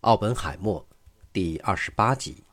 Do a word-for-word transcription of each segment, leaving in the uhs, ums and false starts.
奥本海默第二十八集。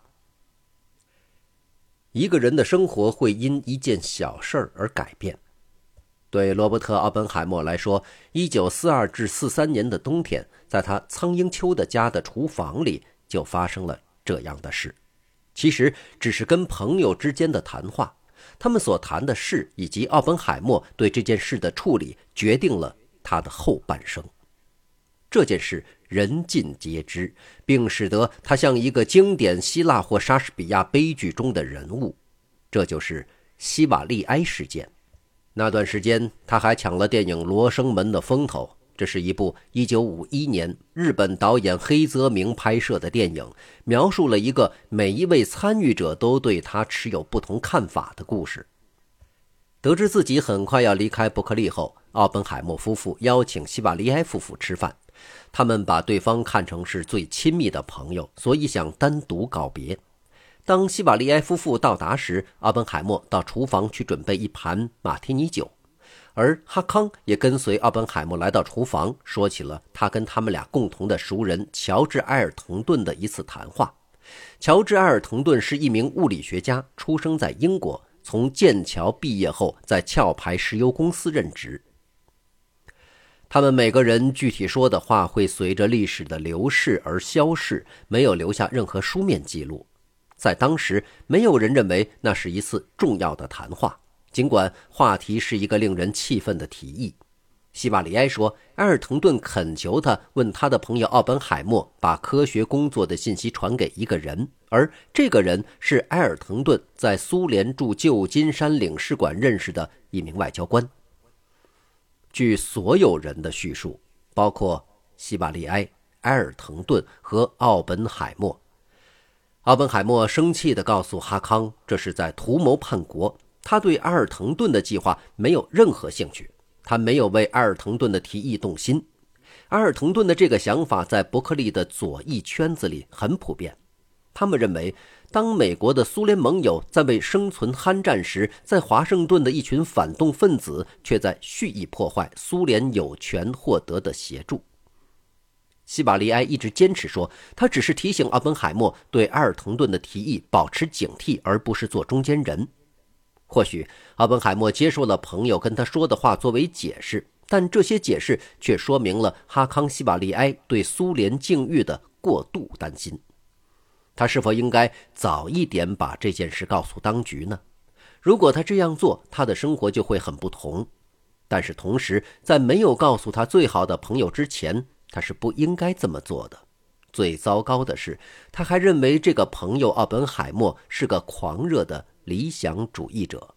一个人的生活会因一件小事而改变。对罗伯特·奥本海默来说，一九四二至四三年的冬天，在他苍鹰丘的家的厨房里就发生了这样的事。其实只是跟朋友之间的谈话，他们所谈的事以及奥本海默对这件事的处理，决定了他的后半生。这件事人尽皆知，并使得他像一个经典希腊或莎士比亚悲剧中的人物，这就是希瓦利埃事件。那段时间他还抢了电影《罗生门》的风头，这是一部一九五一年日本导演黑泽明拍摄的电影，描述了一个每一位参与者都对他持有不同看法的故事。得知自己很快要离开伯克利后，奥本海默夫妇邀请希瓦利埃夫妇吃饭，他们把对方看成是最亲密的朋友，所以想单独告别。当希瓦利埃夫妇到达时，奥本海默到厨房去准备一盘马提尼酒，而哈康也跟随奥本海默来到厨房，说起了他跟他们俩共同的熟人乔治·埃尔滕顿的一次谈话。乔治·埃尔滕顿是一名物理学家，出生在英国，从剑桥毕业后在壳牌石油公司任职。他们每个人具体说的话会随着历史的流逝而消逝，没有留下任何书面记录。在当时，没有人认为那是一次重要的谈话，尽管话题是一个令人气愤的提议。希瓦利埃说，埃尔滕顿恳求他问他的朋友奥本海默把科学工作的信息传给一个人，而这个人是埃尔滕顿在苏联驻旧金山领事馆认识的一名外交官。据所有人的叙述，包括希瓦利埃、埃尔滕顿和奥本海默，奥本海默生气地告诉哈康，这是在图谋叛国，他对埃尔滕顿的计划没有任何兴趣，他没有为埃尔滕顿的提议动心。埃尔滕顿的这个想法在伯克利的左翼圈子里很普遍，他们认为当美国的苏联盟友在为生存酣战时，在华盛顿的一群反动分子却在蓄意破坏苏联有权获得的协助。希瓦利埃一直坚持说，他只是提醒奥本海默对埃尔滕顿的提议保持警惕，而不是做中间人。或许奥本海默接受了朋友跟他说的话作为解释，但这些解释却说明了哈康希瓦利埃对苏联境遇的过度担心。他是否应该早一点把这件事告诉当局呢？如果他这样做，他的生活就会很不同。但是同时，在没有告诉他最好的朋友之前，他是不应该这么做的。最糟糕的是，他还认为这个朋友奥本海默是个狂热的理想主义者。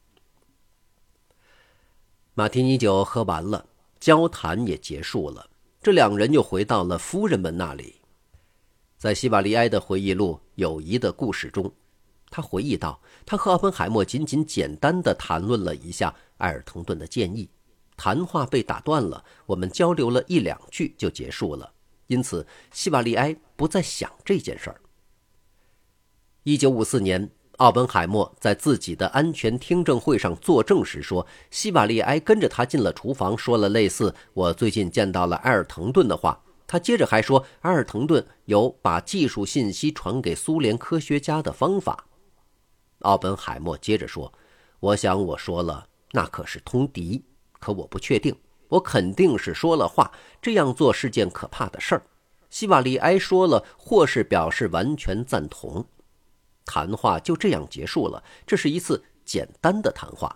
马提尼酒喝完了，交谈也结束了，这两人又回到了夫人们那里。在希瓦利埃的回忆录《友谊的故事》中，他回忆到，他和奥本海默仅仅简单地谈论了一下埃尔滕顿的建议，谈话被打断了，我们交流了一两句就结束了，因此希瓦利埃不再想这件事儿。一九五四年，奥本海默在自己的安全听证会上作证时说，希瓦利埃跟着他进了厨房，说了类似我最近见到了埃尔滕顿的话。他接着还说，埃尔滕顿有把技术信息传给苏联科学家的方法。奥本海默接着说，我想我说了，那可是通敌，可我不确定，我肯定是说了话，这样做是件可怕的事儿。希瓦利埃说了，或是表示完全赞同。谈话就这样结束了，这是一次简单的谈话。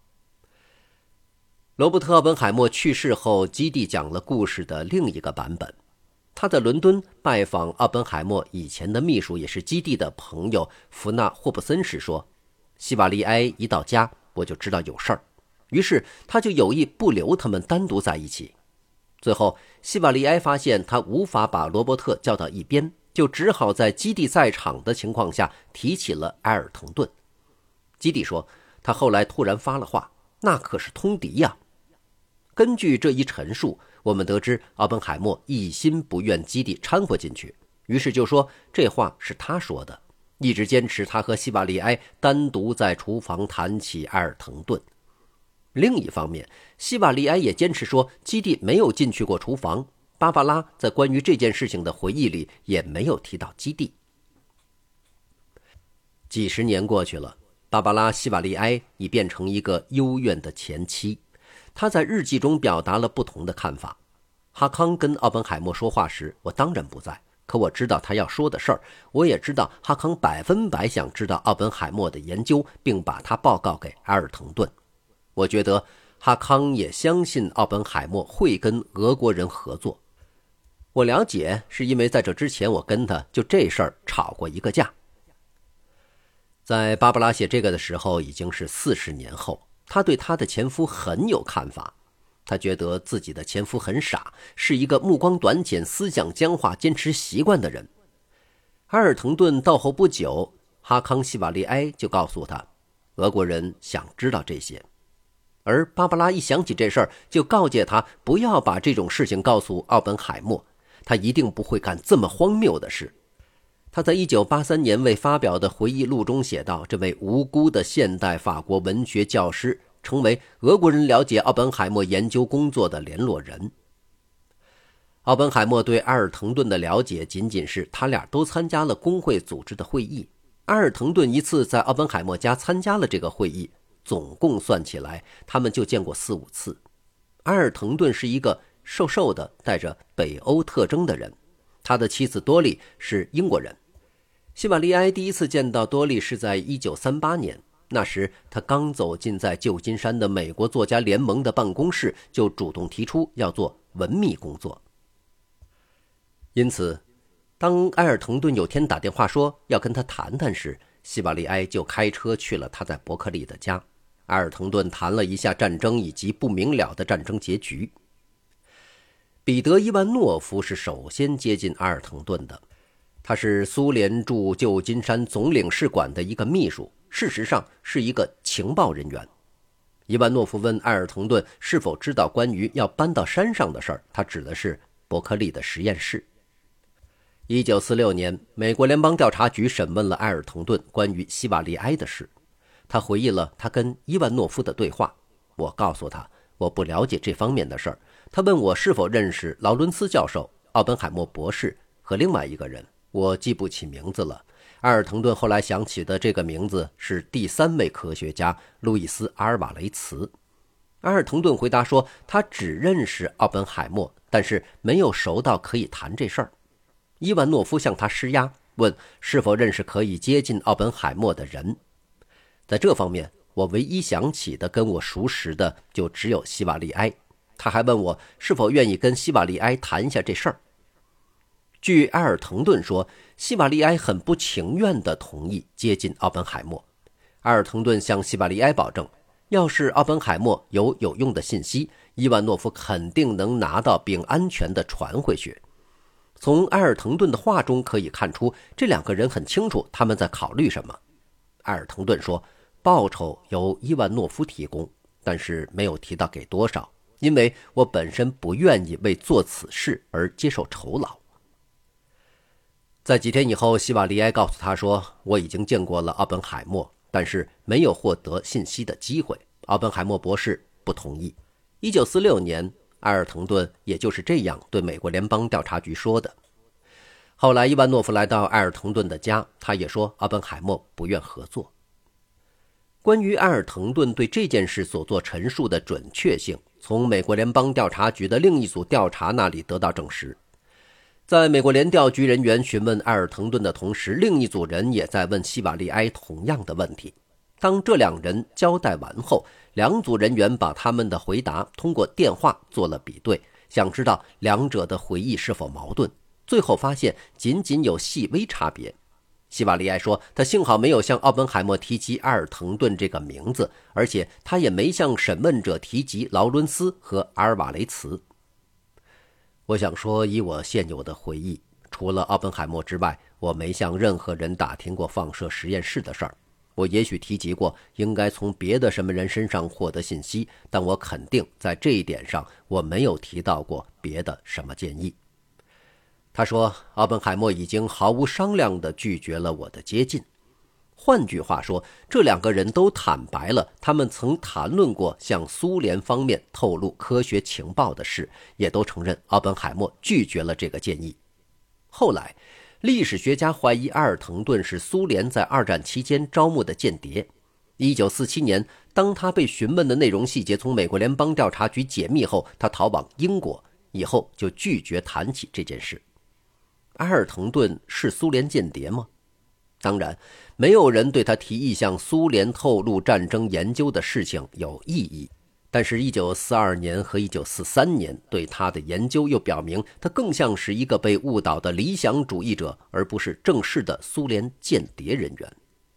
罗伯特·奥本海默去世后，基地讲了故事的另一个版本。他在伦敦拜访奥本海默以前的秘书，也是基地的朋友弗纳·霍布森时说，希瓦利埃一到家，我就知道有事儿，于是他就有意不留他们单独在一起。最后，希瓦利埃发现他无法把罗伯特叫到一边，就只好在基地在场的情况下提起了埃尔滕顿。基地说，他后来突然发了话，那可是通敌呀。根据这一陈述，我们得知奥本海默一心不愿基地掺和进去，于是就说这话是他说的，一直坚持他和希瓦利埃单独在厨房谈起埃尔滕顿。另一方面，希瓦利埃也坚持说基地没有进去过厨房， 芭芭拉在关于这件事情的回忆里也没有提到基地。几十年过去了，芭芭拉·希瓦利埃已变成一个幽怨的前妻。她在日记中表达了不同的看法。哈康跟奥本海默说话时，我当然不在，可我知道他要说的事儿，我也知道哈康百分百想知道奥本海默的研究，并把它报告给埃尔滕顿。我觉得哈康也相信奥本海默会跟俄国人合作。我了解，是因为在这之前我跟他就这事儿吵过一个架。在芭芭拉写这个的时候已经是四十年后，她对她的前夫很有看法。她觉得自己的前夫很傻，是一个目光短浅、思想僵化、坚持习惯的人。埃尔滕顿到后不久，哈康·希瓦利埃就告诉他，俄国人想知道这些。而芭芭拉一想起这事儿，就告诫他不要把这种事情告诉奥本海默，他一定不会干这么荒谬的事。他在一九八三年未发表的回忆录中写道，这位无辜的现代法国文学教师成为俄国人了解奥本海默研究工作的联络人。奥本海默对埃尔滕顿的了解仅仅是他俩都参加了工会组织的会议。埃尔滕顿一次在奥本海默家参加了这个会议，总共算起来他们就见过四五次。埃尔滕顿是一个瘦瘦的带着北欧特征的人，他的妻子多莉是英国人。希瓦利埃第一次见到多莉是在一九三八年，那时他刚走进在旧金山的美国作家联盟的办公室，就主动提出要做文秘工作。因此当埃尔滕顿有天打电话说要跟他谈谈时，希瓦利埃就开车去了他在伯克利的家。埃尔滕顿谈了一下战争以及不明了的战争结局。彼得·伊万诺夫是首先接近埃尔滕顿的，他是苏联驻旧金山总领事馆的一个秘书，事实上是一个情报人员。伊万诺夫问埃尔滕顿是否知道关于要搬到山上的事儿，他指的是伯克利的实验室。一九四六年，美国联邦调查局审问了埃尔滕顿关于希瓦利埃的事，他回忆了他跟伊万诺夫的对话。我告诉他我不了解这方面的事儿，他问我是否认识劳伦斯教授、奥本海默博士和另外一个人，我记不起名字了。埃尔滕顿后来想起的这个名字是第三位科学家路易斯·阿尔瓦雷茨。埃尔滕顿回答说他只认识奥本海默，但是没有熟到可以谈这事儿。伊万诺夫向他施压，问是否认识可以接近奥本海默的人。在这方面，我唯一想起的跟我熟识的就只有希瓦利埃。他还问我是否愿意跟希瓦利埃谈一下这事儿。据埃尔滕顿说，希瓦利埃很不情愿地同意接近奥本海默。埃尔滕顿向希瓦利埃保证，要是奥本海默有有用的信息，伊万诺夫肯定能拿到并安全地传回去。从埃尔滕顿的话中可以看出，这两个人很清楚他们在考虑什么。埃尔滕顿说，报酬由伊万诺夫提供，但是没有提到给多少，因为我本身不愿意为做此事而接受酬劳。在几天以后，希瓦利埃告诉他说，我已经见过了奥本海默，但是没有获得信息的机会。奥本海默博士不同意。一九四六年，埃尔滕顿也就是这样对美国联邦调查局说的。后来伊万诺夫来到埃尔滕顿的家，他也说奥本海默不愿合作。关于埃尔滕顿对这件事所做陈述的准确性，从美国联邦调查局的另一组调查那里得到证实。在美国联调局人员询问埃尔滕顿的同时，另一组人也在问希瓦利埃同样的问题。当这两人交代完后，两组人员把他们的回答通过电话做了比对，想知道两者的回忆是否矛盾，最后发现仅仅有细微差别。希瓦利埃说，他幸好没有向奥本海默提及埃尔滕顿这个名字，而且他也没向审问者提及劳伦斯和阿尔瓦雷茨。我想说，以我现有的回忆，除了奥本海默之外，我没向任何人打听过放射实验室的事儿。我也许提及过应该从别的什么人身上获得信息，但我肯定在这一点上我没有提到过别的什么建议。他说，奥本海默已经毫无商量地拒绝了我的接近。 换句话说，这两个人都坦白了他们曾谈论过向苏联方面透露科学情报的事，也都承认奥本海默拒绝了这个建议。后来，历史学家怀疑阿尔滕顿是苏联在二战期间招募的间谍。一九四七年，当他被询问的内容细节从美国联邦调查局解密后，他逃往英国，以后就拒绝谈起这件事。阿尔滕顿是苏联间谍吗？当然，没有人对他提议向苏联透露战争研究的事情有异议。但是一九四二年和一九四三年对他的研究又表明，他更像是一个被误导的理想主义者，而不是正式的苏联间谍人员。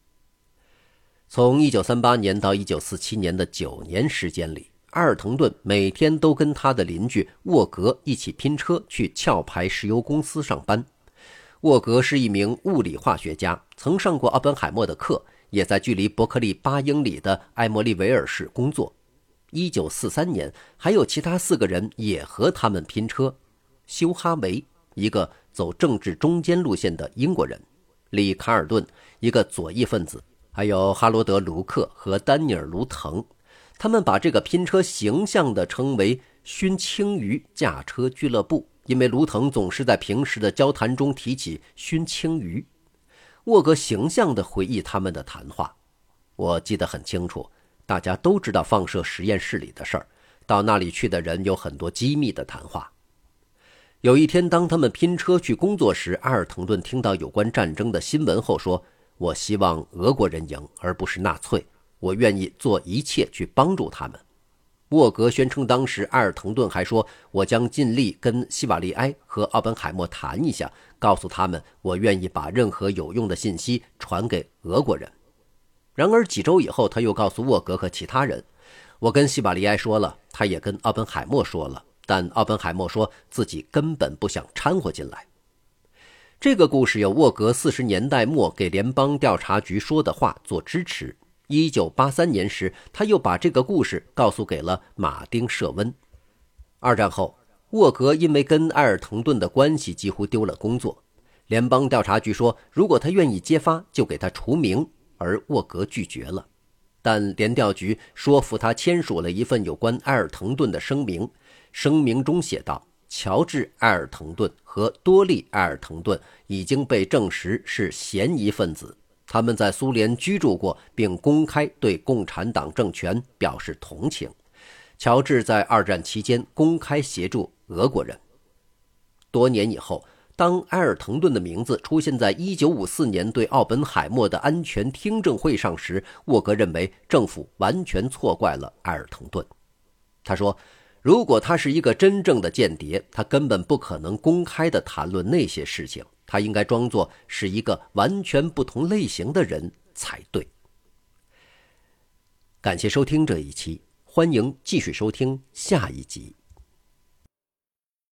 从一九三八年到一九四七年的九年时间里，阿尔滕顿每天都跟他的邻居沃格一起拼车去壳牌石油公司上班。沃格是一名物理化学家，曾上过奥本海默的课，也在距离伯克利八英里的埃默利维尔市工作。一九四三年，还有其他四个人也和他们拼车：休哈维，一个走政治中间路线的英国人；里卡尔顿，一个左翼分子；还有哈罗德·卢克和丹尼尔·卢腾。他们把这个拼车形象地称为熏青鱼驾车俱乐部，因为卢腾总是在平时的交谈中提起熏青鱼。沃格形象地回忆他们的谈话，我记得很清楚，大家都知道放射实验室里的事儿，到那里去的人有很多机密的谈话。有一天，当他们拼车去工作时，阿尔滕顿听到有关战争的新闻后说，我希望俄国人赢，而不是纳粹，我愿意做一切去帮助他们。沃格宣称，当时阿尔滕顿还说，我将尽力跟希瓦利埃和奥本海默谈一下，告诉他们我愿意把任何有用的信息传给俄国人。然而几周以后，他又告诉沃格和其他人，我跟希瓦利埃说了，他也跟奥本海默说了，但奥本海默说自己根本不想掺和进来。这个故事有沃格四十年代末给联邦调查局说的话做支持。一九八三年时，他又把这个故事告诉给了马丁·舍温。二战后，沃格因为跟埃尔滕顿的关系几乎丢了工作。联邦调查局说，如果他愿意揭发，就给他除名，而沃格拒绝了。但联调局说服他签署了一份有关埃尔滕顿的声明，声明中写道，乔治·埃尔滕顿和多利·埃尔滕顿已经被证实是嫌疑分子，他们在苏联居住过，并公开对共产党政权表示同情。乔治在二战期间公开协助俄国人。多年以后，当埃尔滕顿的名字出现在一九五四年对奥本海默的安全听证会上时，沃格认为政府完全错怪了埃尔滕顿。他说，如果他是一个真正的间谍，他根本不可能公开地谈论那些事情，他应该装作是一个完全不同类型的人才对。感谢收听这一期，欢迎继续收听下一集。